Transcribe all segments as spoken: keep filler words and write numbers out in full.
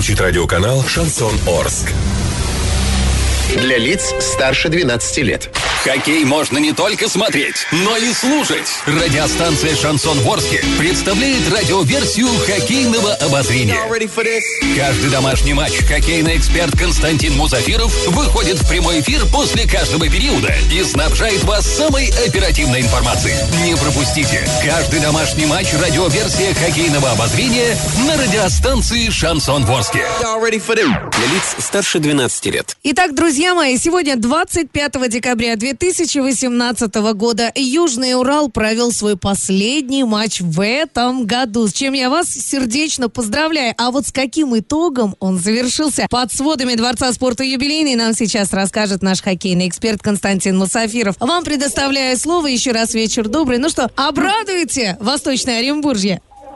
включить радиоканал «Шансон Орск». Для лиц старше двенадцати лет. Хоккей можно не только смотреть, но и слушать. Радиостанция «Шансон Орске» представляет радиоверсию хоккейного обозрения. Каждый домашний матч хоккейный эксперт Константин Мусафиров выходит в прямой эфир после каждого периода и снабжает вас самой оперативной информацией. Не пропустите каждый домашний матч радиоверсия хоккейного обозрения на радиостанции «Шансон Орске». Для лиц старше двенадцати лет. Итак, друзья мои, сегодня двадцать пятого декабря две тысячи восемнадцатого года Южный Урал провел свой последний матч в этом году, с чем я вас сердечно поздравляю. А вот с каким итогом он завершился под сводами Дворца спорта «Юбилейный» нам сейчас расскажет наш хоккейный эксперт Константин Мусафиров. Вам предоставляю слово. Еще раз вечер добрый. Ну что, обрадуйте Восточное Оренбуржье.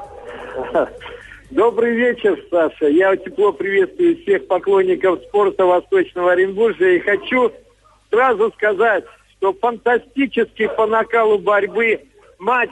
Добрый вечер, Саша. Я тепло приветствую всех поклонников спорта Восточного Оренбуржья и хочу сразу сказать, что фантастический по накалу борьбы матч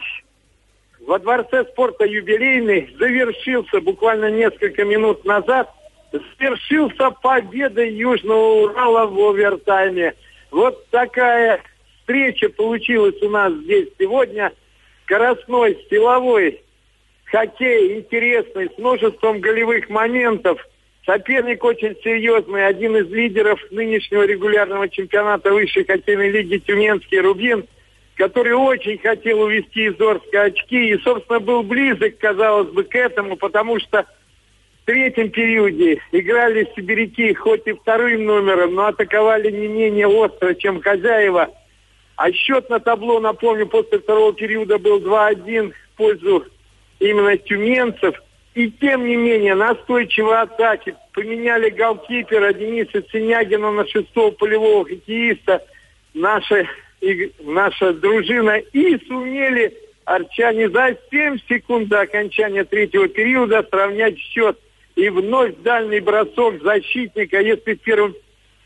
во Дворце спорта «Юбилейный» завершился буквально несколько минут назад. Завершился победой Южного Урала в овертайме. Вот такая встреча получилась у нас здесь сегодня. Скоростной, силовой хоккей интересный, с множеством голевых моментов. Соперник очень серьезный, один из лидеров нынешнего регулярного чемпионата высшей хоккейной лиги «Тюменский Рубин», который очень хотел увести из Орска очки и, собственно, был близок, казалось бы, к этому, потому что в третьем периоде играли сибиряки хоть и вторым номером, но атаковали не менее остро, чем хозяева. А счет на табло, напомню, после второго периода был два один в пользу именно тюменцев. И тем не менее, настойчивые атаки. Поменяли голкипера Дениса Синягина на шестого полевого хоккеиста. Наша, и, наша дружина. И сумели арчане за семь секунд до окончания третьего периода сравнять счет. И вновь дальний бросок защитника. Если в первом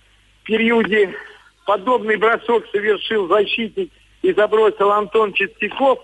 периоде подобный бросок совершил защитник и забросил Антон Чистяков,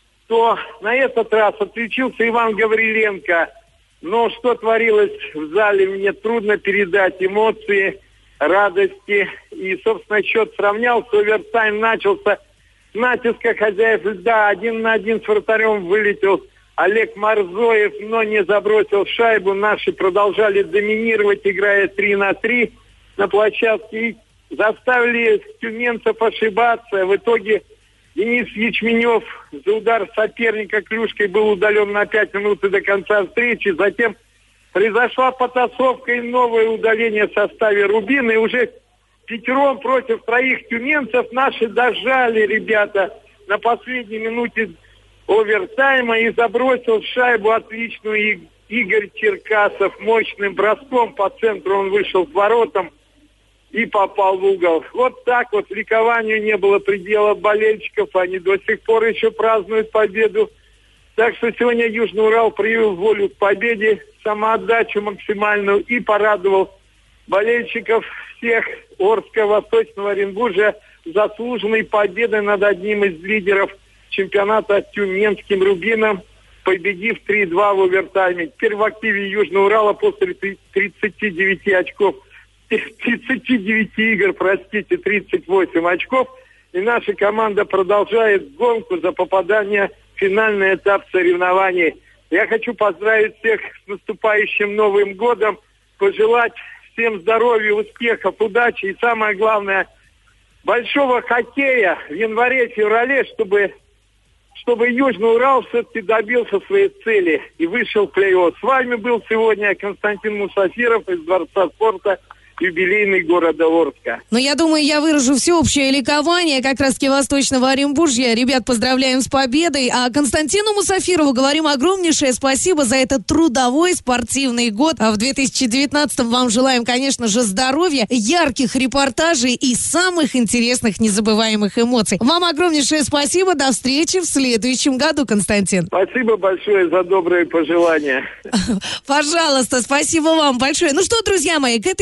то на этот раз отключился Иван Гавриленко. Но что творилось в зале, мне трудно передать эмоции, радости. И, собственно, счет сравнялся, овертайм начался с натиска хозяев льда. Один на один с вратарем вылетел Олег Марзоев, но не забросил шайбу. Наши продолжали доминировать, играя три на три на площадке. И заставили тюменцев ошибаться. В итоге Денис Ячменев за удар соперника клюшкой был удален на пять минут до конца встречи. Затем произошла потасовка и новое удаление в составе «Рубина». И уже пятером против троих тюменцев наши дожали, ребята, на последней минуте овертайма. И забросил шайбу отличную Игорь Черкасов мощным броском. По центру он вышел к воротам и попал в угол. Вот так вот, ликованию не было предела болельщиков. Они до сих пор еще празднуют победу. Так что сегодня Южный Урал проявил волю к победе, самоотдачу максимальную и порадовал болельщиков всех Орска, Восточного Оренбуржья заслуженной победой над одним из лидеров чемпионата Тюменским Рубином, победив три-два в овертайме. Теперь в активе Южного Урала после тридцати девяти очков тридцати девяти игр, простите, тридцать восемь очков. И наша команда продолжает гонку за попадание в финальный этап соревнований. Я хочу поздравить всех с наступающим Новым годом, пожелать всем здоровья, успехов, удачи и, самое главное, большого хоккея в январе-феврале, чтобы, чтобы Южный Урал все-таки добился своей цели и вышел в плей-офф. С вами был сегодня Константин Мусафиров из Дворца спорта «Юбилейный» города Орска. Ну, я думаю, я выражу всеобщее ликование как раз-таки Восточного Оренбуржья. Ребят, поздравляем с победой. А Константину Мусафирову говорим огромнейшее спасибо за этот трудовой спортивный год. А в две тысячи девятнадцатом вам желаем, конечно же, здоровья, ярких репортажей и самых интересных, незабываемых эмоций. Вам огромнейшее спасибо. До встречи в следующем году, Константин. Спасибо большое за добрые пожелания. Пожалуйста, спасибо вам большое. Ну что, друзья мои, к этой секунде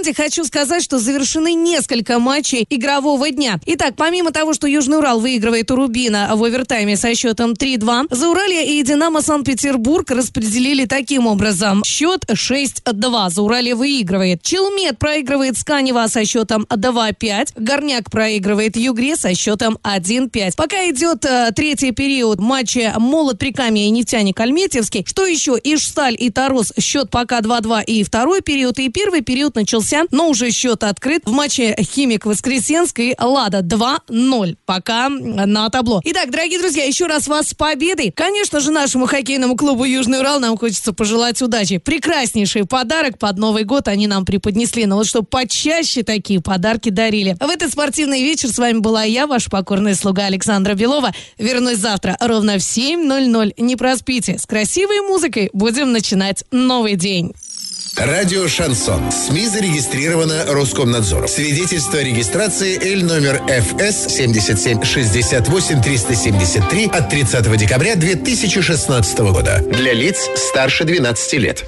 Прежде хочу сказать, что завершены несколько матчей игрового дня. Итак, помимо того, что Южный Урал выигрывает у Рубина в овертайме со счетом три-два, Зауралье и Динамо Санкт-Петербург распределили таким образом. Счет шесть-два. Зауралье выигрывает. Челмет проигрывает Сканева со счетом два-пять. Горняк проигрывает Югре со счетом один-пять. Пока идет э, третий период матча Молот Прикамье и Нефтяник Альметьевский. Что еще? Ижсталь и Тарос. Счет пока два-два. И второй период, и первый период начался, но уже счет открыт в матче Химик Воскресенск и Лада два-ноль. Пока на табло. Итак, дорогие друзья, еще раз вас с победой. Конечно же, нашему хоккейному клубу «Южный Урал» нам хочется пожелать удачи. Прекраснейший подарок под Новый год они нам преподнесли. Но вот чтобы почаще такие подарки дарили. В этот спортивный вечер с вами была я, ваша покорная слуга Александра Белова. Вернусь завтра ровно в семь ноль-ноль. Не проспите. С красивой музыкой будем начинать новый день. Радио «Шансон». СМИ зарегистрировано Роскомнадзором. Свидетельство о регистрации Л номер Ф С семь семь шесть восемь три семь три от тридцатого декабря две тысячи шестнадцатого года. Для лиц старше двенадцати лет.